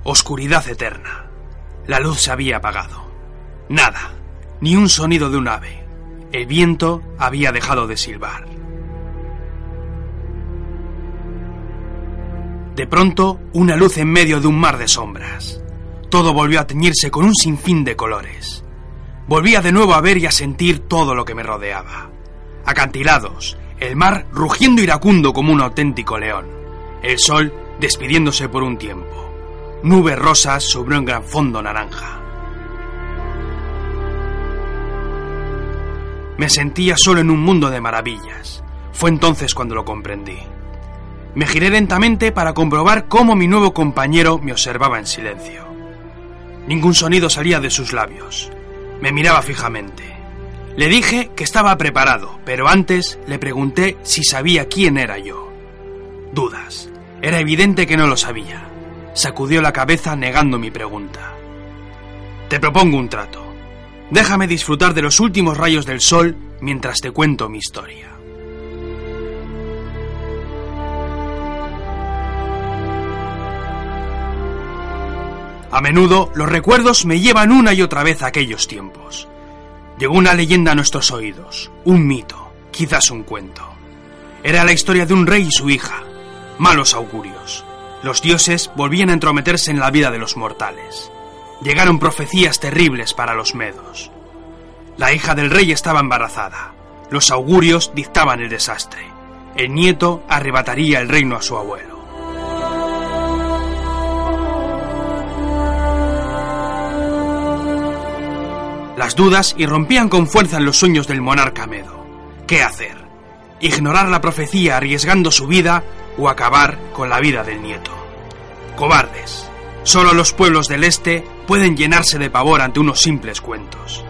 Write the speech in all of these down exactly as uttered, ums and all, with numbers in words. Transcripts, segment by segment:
Oscuridad eterna. La luz se había apagado. Nada, ni un sonido de un ave. El viento había dejado de silbar. De pronto, una luz en medio de un mar de sombras. Todo volvió a teñirse con un sinfín de colores. Volvía de nuevo a ver y a sentir todo lo que me rodeaba. Acantilados, el mar rugiendo iracundo como un auténtico león, el sol despidiéndose por un tiempo, nubes rosas sobre un gran fondo naranja. Me sentía solo en un mundo de maravillas. Fue entonces cuando lo comprendí. Me giré lentamente para comprobar cómo mi nuevo compañero me observaba en silencio. Ningún sonido salía de sus labios. Me miraba fijamente. Le dije que estaba preparado, pero antes le pregunté si sabía quién era yo. Dudas. Era evidente que no lo sabía. Sacudió la cabeza negando mi pregunta. Te propongo un trato. Déjame disfrutar de los últimos rayos del sol mientras te cuento mi historia. A menudo los recuerdos me llevan una y otra vez a aquellos tiempos. Llegó una leyenda a nuestros oídos, un mito, quizás un cuento. Era la historia de un rey y su hija. Malos augurios. Los dioses volvían a entrometerse en la vida de los mortales. Llegaron profecías terribles para los medos. La hija del rey estaba embarazada. Los augurios dictaban el desastre. El nieto arrebataría el reino a su abuelo. Las dudas irrumpían con fuerza en los sueños del monarca medo. ¿Qué hacer? ¿Ignorar la profecía arriesgando su vida o acabar con la vida del nieto? Cobardes. Solo los pueblos del este pueden llenarse de pavor ante unos simples cuentos.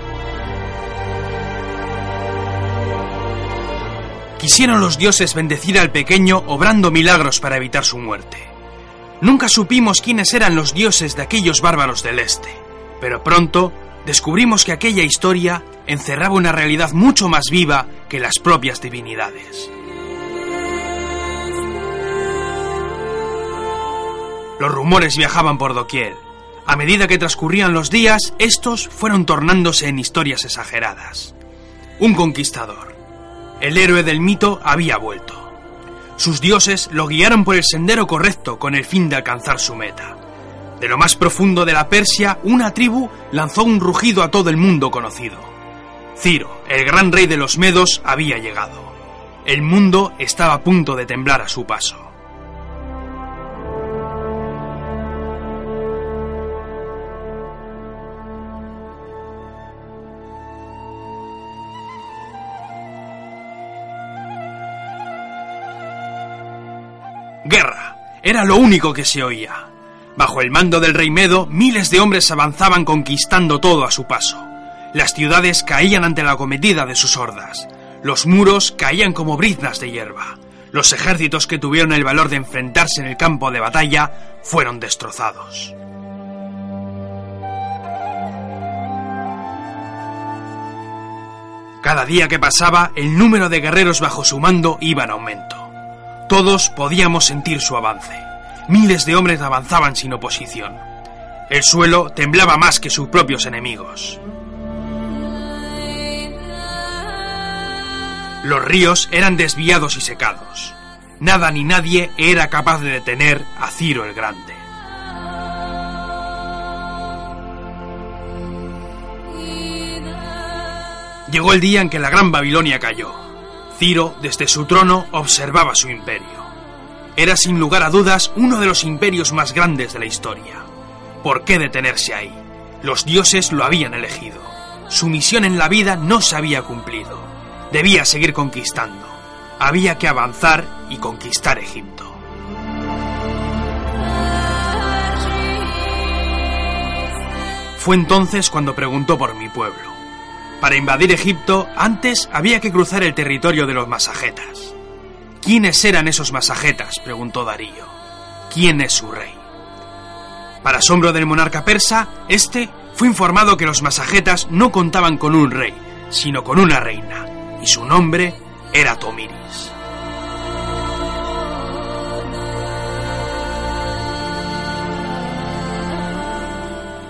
Quisieron los dioses bendecir al pequeño obrando milagros para evitar su muerte. Nunca supimos quiénes eran los dioses de aquellos bárbaros del este, pero pronto descubrimos que aquella historia encerraba una realidad mucho más viva que las propias divinidades. Los rumores viajaban por doquier. A medida que transcurrían los días, estos fueron tornándose en historias exageradas. Un conquistador, el héroe del mito, había vuelto. Sus dioses lo guiaron por el sendero correcto con el fin de alcanzar su meta. De lo más profundo de la Persia, una tribu lanzó un rugido a todo el mundo conocido. Ciro, el gran rey de los medos, había llegado. El mundo estaba a punto de temblar a su paso. Guerra. Era lo único que se oía. Bajo el mando del rey medo, miles de hombres avanzaban conquistando todo a su paso. Las ciudades caían ante la acometida de sus hordas. Los muros caían como briznas de hierba. Los ejércitos que tuvieron el valor de enfrentarse en el campo de batalla fueron destrozados. Cada día que pasaba, el número de guerreros bajo su mando iba en aumento. Todos podíamos sentir su avance. Miles de hombres avanzaban sin oposición. El suelo temblaba más que sus propios enemigos. Los ríos eran desviados y secados. Nada ni nadie era capaz de detener a Ciro el Grande. Llegó el día en que la Gran Babilonia cayó. Ciro, desde su trono, observaba su imperio. Era sin lugar a dudas uno de los imperios más grandes de la historia. ¿Por qué detenerse ahí? Los dioses lo habían elegido. Su misión en la vida no se había cumplido. Debía seguir conquistando. Había que avanzar y conquistar Egipto. Fue entonces cuando preguntó por mi pueblo. Para invadir Egipto, antes había que cruzar el territorio de los masagetas. ¿Quiénes eran esos masagetas?, preguntó Darío. ¿Quién es su rey? Para asombro del monarca persa, este fue informado que los masagetas no contaban con un rey, sino con una reina, y su nombre era Tomiris.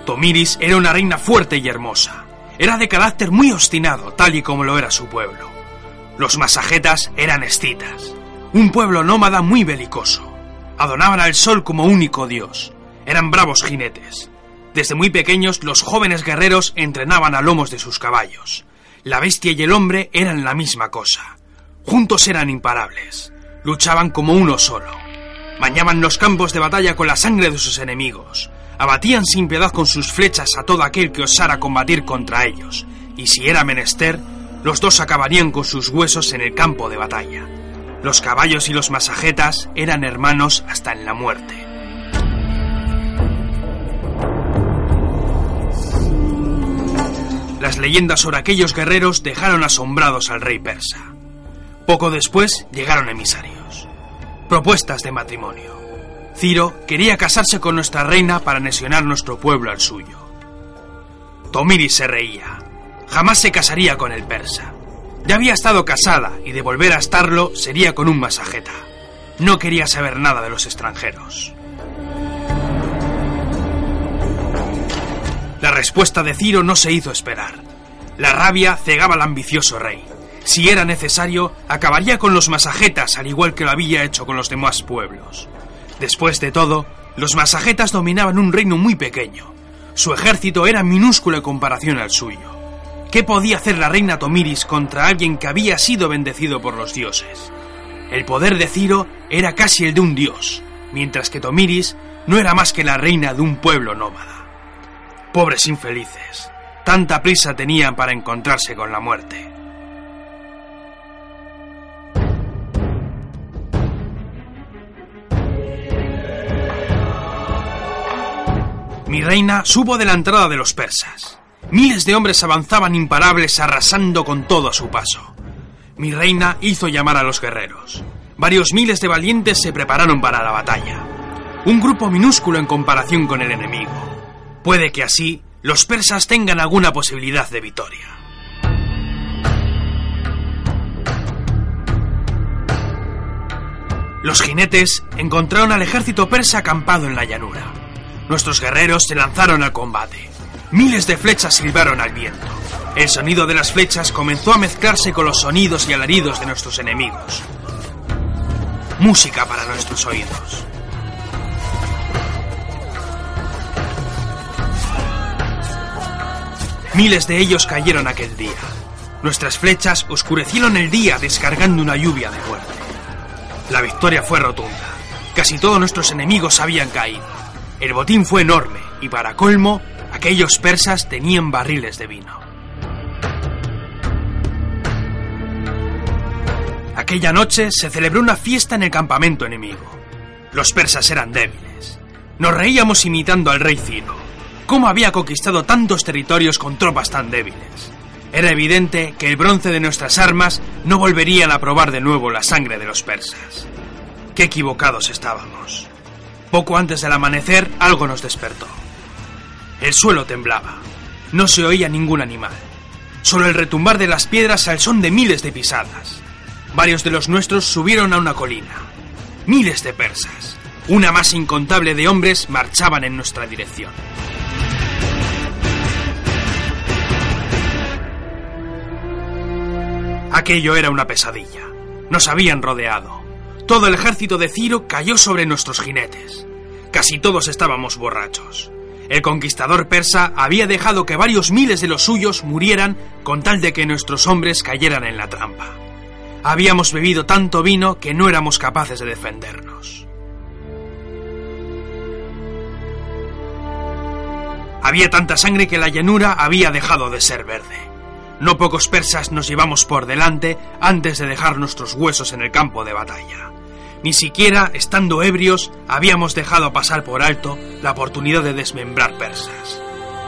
Tomiris era una reina fuerte y hermosa. Era de carácter muy obstinado, tal y como lo era su pueblo. Los masagetas eran escitas, un pueblo nómada muy belicoso. Adoraban al sol como único dios. Eran bravos jinetes. Desde muy pequeños los jóvenes guerreros entrenaban a lomos de sus caballos. La bestia y el hombre eran la misma cosa. Juntos eran imparables. Luchaban como uno solo. Bañaban los campos de batalla con la sangre de sus enemigos. Abatían sin piedad con sus flechas a todo aquel que osara combatir contra ellos. Y si era menester, los dos acabarían con sus huesos en el campo de batalla. Los caballos y los masagetas eran hermanos hasta en la muerte. Las leyendas sobre aquellos guerreros dejaron asombrados al rey persa. Poco después llegaron emisarios. Propuestas de matrimonio. Ciro quería casarse con nuestra reina para anexionar nuestro pueblo al suyo. Tomiris se reía. Jamás se casaría con el persa. Ya había estado casada y de volver a estarlo sería con un masajeta. No quería saber nada de los extranjeros. La respuesta de Ciro no se hizo esperar. La rabia cegaba al ambicioso rey. Si era necesario, acabaría con los masagetas al igual que lo había hecho con los demás pueblos. Después de todo, los masagetas dominaban un reino muy pequeño. Su ejército era minúsculo en comparación al suyo. ¿Qué podía hacer la reina Tomiris contra alguien que había sido bendecido por los dioses? El poder de Ciro era casi el de un dios, mientras que Tomiris no era más que la reina de un pueblo nómada. Pobres infelices, tanta prisa tenían para encontrarse con la muerte. Mi reina supo de la entrada de los persas. Miles de hombres avanzaban imparables arrasando con todo a su paso. Mi reina hizo llamar a los guerreros. Varios miles de valientes se prepararon para la batalla. Un grupo minúsculo en comparación con el enemigo. Puede que así los persas tengan alguna posibilidad de victoria. Los jinetes encontraron al ejército persa acampado en la llanura. Nuestros guerreros se lanzaron al combate. Miles de flechas silbaron al viento. El sonido de las flechas comenzó a mezclarse con los sonidos y alaridos de nuestros enemigos. Música para nuestros oídos. Miles de ellos cayeron aquel día. Nuestras flechas oscurecieron el día descargando una lluvia de muerte. La victoria fue rotunda. Casi todos nuestros enemigos habían caído. El botín fue enorme y, para colmo, aquellos persas tenían barriles de vino. Aquella noche se celebró una fiesta en el campamento enemigo. Los persas eran débiles. Nos reíamos imitando al rey Ciro. ¿Cómo había conquistado tantos territorios con tropas tan débiles? Era evidente que el bronce de nuestras armas no volverían a probar de nuevo la sangre de los persas. Qué equivocados estábamos. Poco antes del amanecer, algo nos despertó. El suelo temblaba. No se oía ningún animal. Solo el retumbar de las piedras al son de miles de pisadas. Varios de los nuestros subieron a una colina. Miles de persas, una masa incontable de hombres, marchaban en nuestra dirección. Aquello era una pesadilla. Nos habían rodeado. Todo el ejército de Ciro cayó sobre nuestros jinetes. Casi todos estábamos borrachos. El conquistador persa había dejado que varios miles de los suyos murieran con tal de que nuestros hombres cayeran en la trampa. Habíamos bebido tanto vino que no éramos capaces de defendernos. Había tanta sangre que la llanura había dejado de ser verde. No pocos persas nos llevamos por delante antes de dejar nuestros huesos en el campo de batalla. Ni siquiera, estando ebrios, habíamos dejado pasar por alto la oportunidad de desmembrar persas.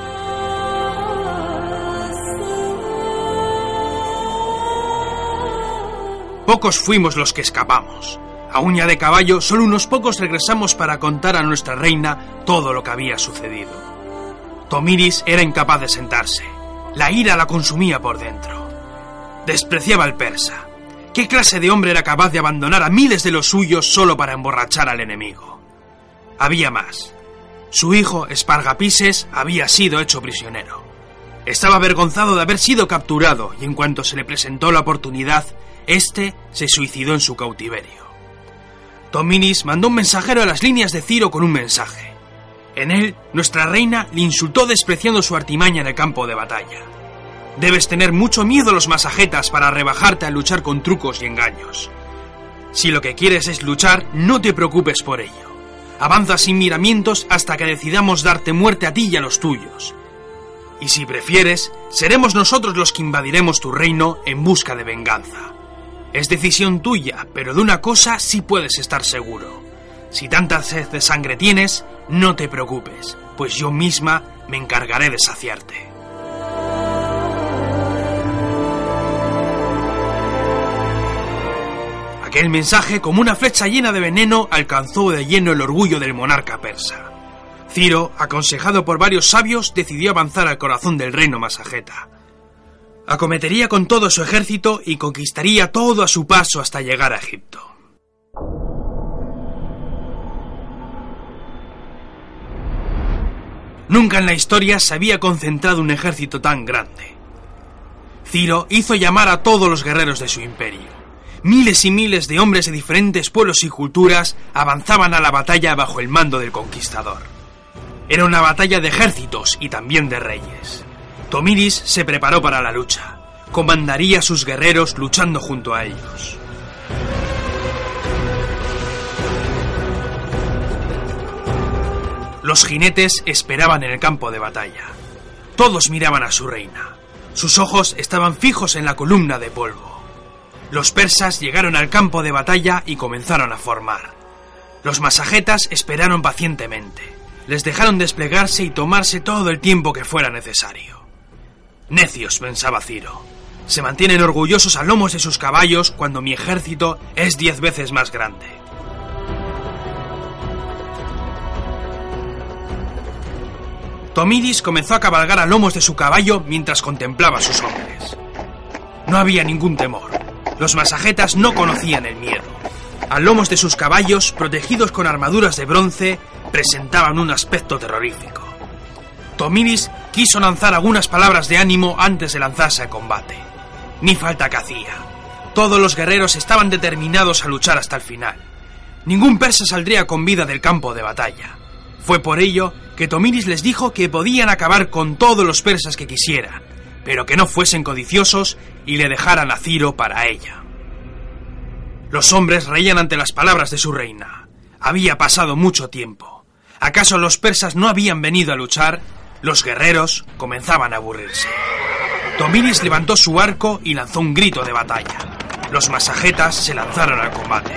Pocos fuimos los que escapamos. A uña de caballo, solo unos pocos regresamos para contar a nuestra reina todo lo que había sucedido. Tomiris era incapaz de sentarse. La ira la consumía por dentro. Despreciaba al persa. ¿Qué clase de hombre era capaz de abandonar a miles de los suyos solo para emborrachar al enemigo? Había más. Su hijo, Espargapises, había sido hecho prisionero. Estaba avergonzado de haber sido capturado y en cuanto se le presentó la oportunidad, éste se suicidó en su cautiverio. Tominis mandó un mensajero a las líneas de Ciro con un mensaje. En él, nuestra reina le insultó despreciando su artimaña en el campo de batalla. Debes tener mucho miedo a los masagetas para rebajarte a luchar con trucos y engaños. Si lo que quieres es luchar, no te preocupes por ello. Avanza sin miramientos hasta que decidamos darte muerte a ti y a los tuyos. Y si prefieres, seremos nosotros los que invadiremos tu reino en busca de venganza. Es decisión tuya, pero de una cosa sí puedes estar seguro. Si tanta sed de sangre tienes, no te preocupes, pues yo misma me encargaré de saciarte. Aquel mensaje, como una flecha llena de veneno, alcanzó de lleno el orgullo del monarca persa. Ciro, aconsejado por varios sabios, decidió avanzar al corazón del reino masageta. Acometería con todo su ejército y conquistaría todo a su paso hasta llegar a Egipto. Nunca en la historia se había concentrado un ejército tan grande. Ciro hizo llamar a todos los guerreros de su imperio. Miles y miles de hombres de diferentes pueblos y culturas avanzaban a la batalla bajo el mando del conquistador. Era una batalla de ejércitos y también de reyes. Tomiris se preparó para la lucha. Comandaría a sus guerreros luchando junto a ellos. Los jinetes esperaban en el campo de batalla. Todos miraban a su reina. Sus ojos estaban fijos en la columna de polvo. Los persas llegaron al campo de batalla y comenzaron a formar. Los masagetas esperaron pacientemente. Les dejaron desplegarse y tomarse todo el tiempo que fuera necesario. Necios, pensaba Ciro. Se mantienen orgullosos a lomos de sus caballos cuando mi ejército es diez veces más grande. Tomiris comenzó a cabalgar a lomos de su caballo mientras contemplaba a sus hombres. No había ningún temor. Los masagetas no conocían el miedo. A lomos de sus caballos, protegidos con armaduras de bronce, presentaban un aspecto terrorífico. Tomiris quiso lanzar algunas palabras de ánimo antes de lanzarse al combate. Ni falta que hacía. Todos los guerreros estaban determinados a luchar hasta el final. Ningún persa saldría con vida del campo de batalla. Fue por ello que Tomiris les dijo que podían acabar con todos los persas que quisieran, pero que no fuesen codiciosos y le dejaran a Ciro para ella. Los hombres reían ante las palabras de su reina. Había pasado mucho tiempo. ¿Acaso los persas no habían venido a luchar? Los guerreros comenzaban a aburrirse. Tomiris levantó su arco y lanzó un grito de batalla. Los masagetas se lanzaron al combate.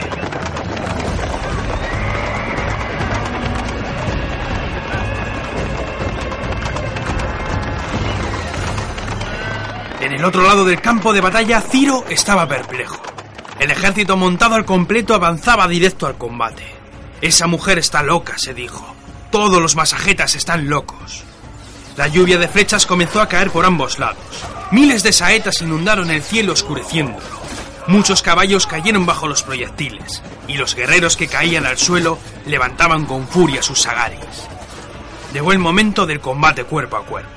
En el otro lado del campo de batalla, Ciro estaba perplejo. El ejército montado al completo avanzaba directo al combate. Esa mujer está loca, se dijo. Todos los masagetas están locos. La lluvia de flechas comenzó a caer por ambos lados. Miles de saetas inundaron el cielo oscureciéndolo. Muchos caballos cayeron bajo los proyectiles, y los guerreros que caían al suelo levantaban con furia sus sagaris. Llegó el momento del combate cuerpo a cuerpo.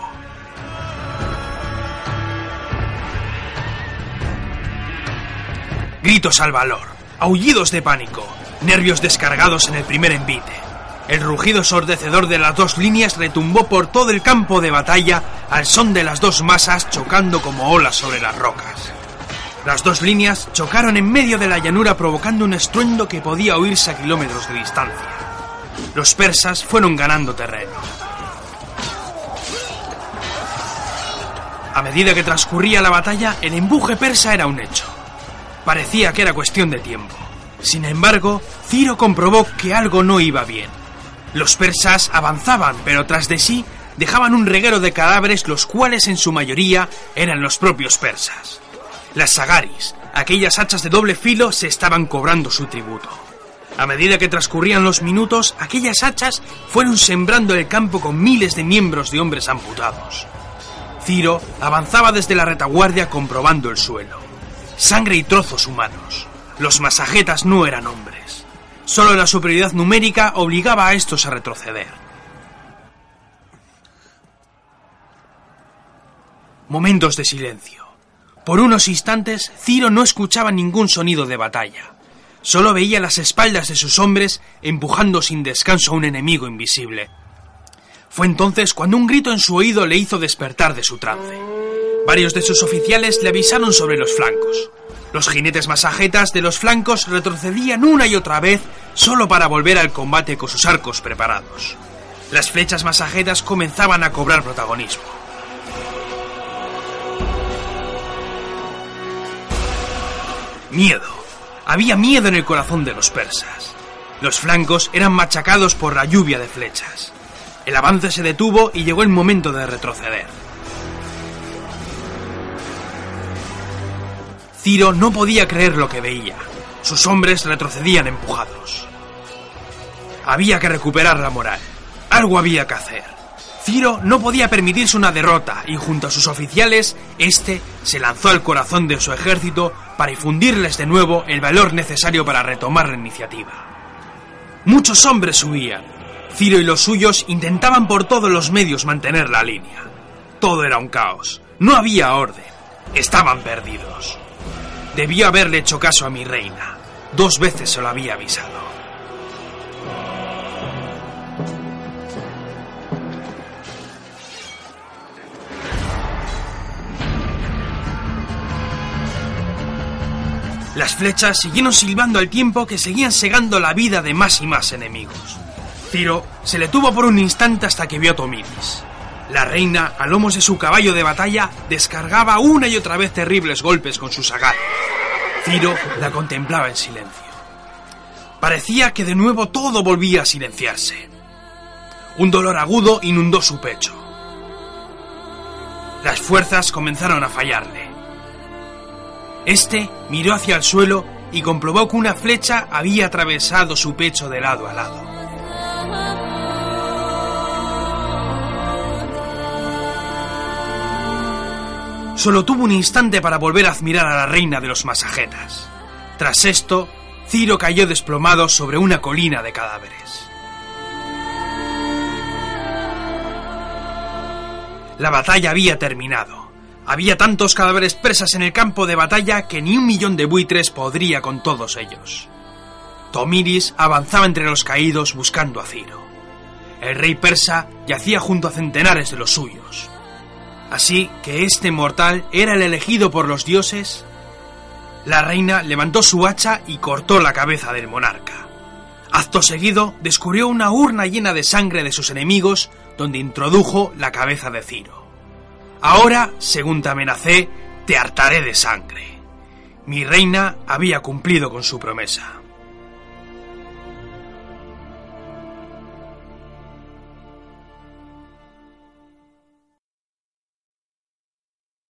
Gritos al valor, aullidos de pánico, nervios descargados en el primer envite. El rugido ensordecedor de las dos líneas retumbó por todo el campo de batalla al son de las dos masas chocando como olas sobre las rocas. Las dos líneas chocaron en medio de la llanura provocando un estruendo que podía oírse a kilómetros de distancia. Los persas fueron ganando terreno. A medida que transcurría la batalla, el empuje persa era un hecho. Parecía que era cuestión de tiempo. Sin embargo, Ciro comprobó que algo no iba bien. Los persas avanzaban, pero tras de sí dejaban un reguero de cadáveres, los cuales en su mayoría eran los propios persas. Las sagaris, aquellas hachas de doble filo, se estaban cobrando su tributo. A medida que transcurrían los minutos, aquellas hachas fueron sembrando el campo con miles de miembros de hombres amputados. Ciro avanzaba desde la retaguardia comprobando el suelo. Sangre y trozos humanos. Los masagetas no eran hombres. Solo la superioridad numérica obligaba a estos a retroceder. Momentos de silencio. Por unos instantes, Ciro no escuchaba ningún sonido de batalla. Solo veía las espaldas de sus hombres empujando sin descanso a un enemigo invisible. Fue entonces cuando un grito en su oído le hizo despertar de su trance. Varios de sus oficiales le avisaron sobre los flancos. Los jinetes masajetas de los flancos retrocedían una y otra vez solo para volver al combate con sus arcos preparados. Las flechas masajetas comenzaban a cobrar protagonismo. Miedo. Había miedo en el corazón de los persas. Los flancos eran machacados por la lluvia de flechas. El avance se detuvo y llegó el momento de retroceder. Ciro no podía creer lo que veía. Sus hombres retrocedían empujados. Había que recuperar la moral. Algo había que hacer. Ciro no podía permitirse una derrota y junto a sus oficiales, este se lanzó al corazón de su ejército para infundirles de nuevo el valor necesario para retomar la iniciativa. Muchos hombres huían. Ciro y los suyos intentaban por todos los medios mantener la línea. Todo era un caos. No había orden. Estaban perdidos. Debió haberle hecho caso a mi reina. Dos veces se lo había avisado. Las flechas siguieron silbando al tiempo que seguían segando la vida de más y más enemigos. Ciro se detuvo por un instante hasta que vio a Tomiris. La reina, a lomos de su caballo de batalla, descargaba una y otra vez terribles golpes con sus agallas. Ciro la contemplaba en silencio. Parecía que de nuevo todo volvía a silenciarse. Un dolor agudo inundó su pecho. Las fuerzas comenzaron a fallarle. Este miró hacia el suelo y comprobó que una flecha había atravesado su pecho de lado a lado. Solo tuvo un instante para volver a admirar a la reina de los masajetas. Tras esto, Ciro cayó desplomado sobre una colina de cadáveres. La batalla había terminado. Había tantos cadáveres persas en el campo de batalla que ni un millón de buitres podría con todos ellos. Tomiris avanzaba entre los caídos buscando a Ciro. El rey persa yacía junto a centenares de los suyos. Así que este mortal era el elegido por los dioses. La reina levantó su hacha y cortó la cabeza del monarca. Acto seguido descubrió una urna llena de sangre de sus enemigos donde introdujo la cabeza de Ciro. Ahora, según te amenacé, te hartaré de sangre. Mi reina había cumplido con su promesa.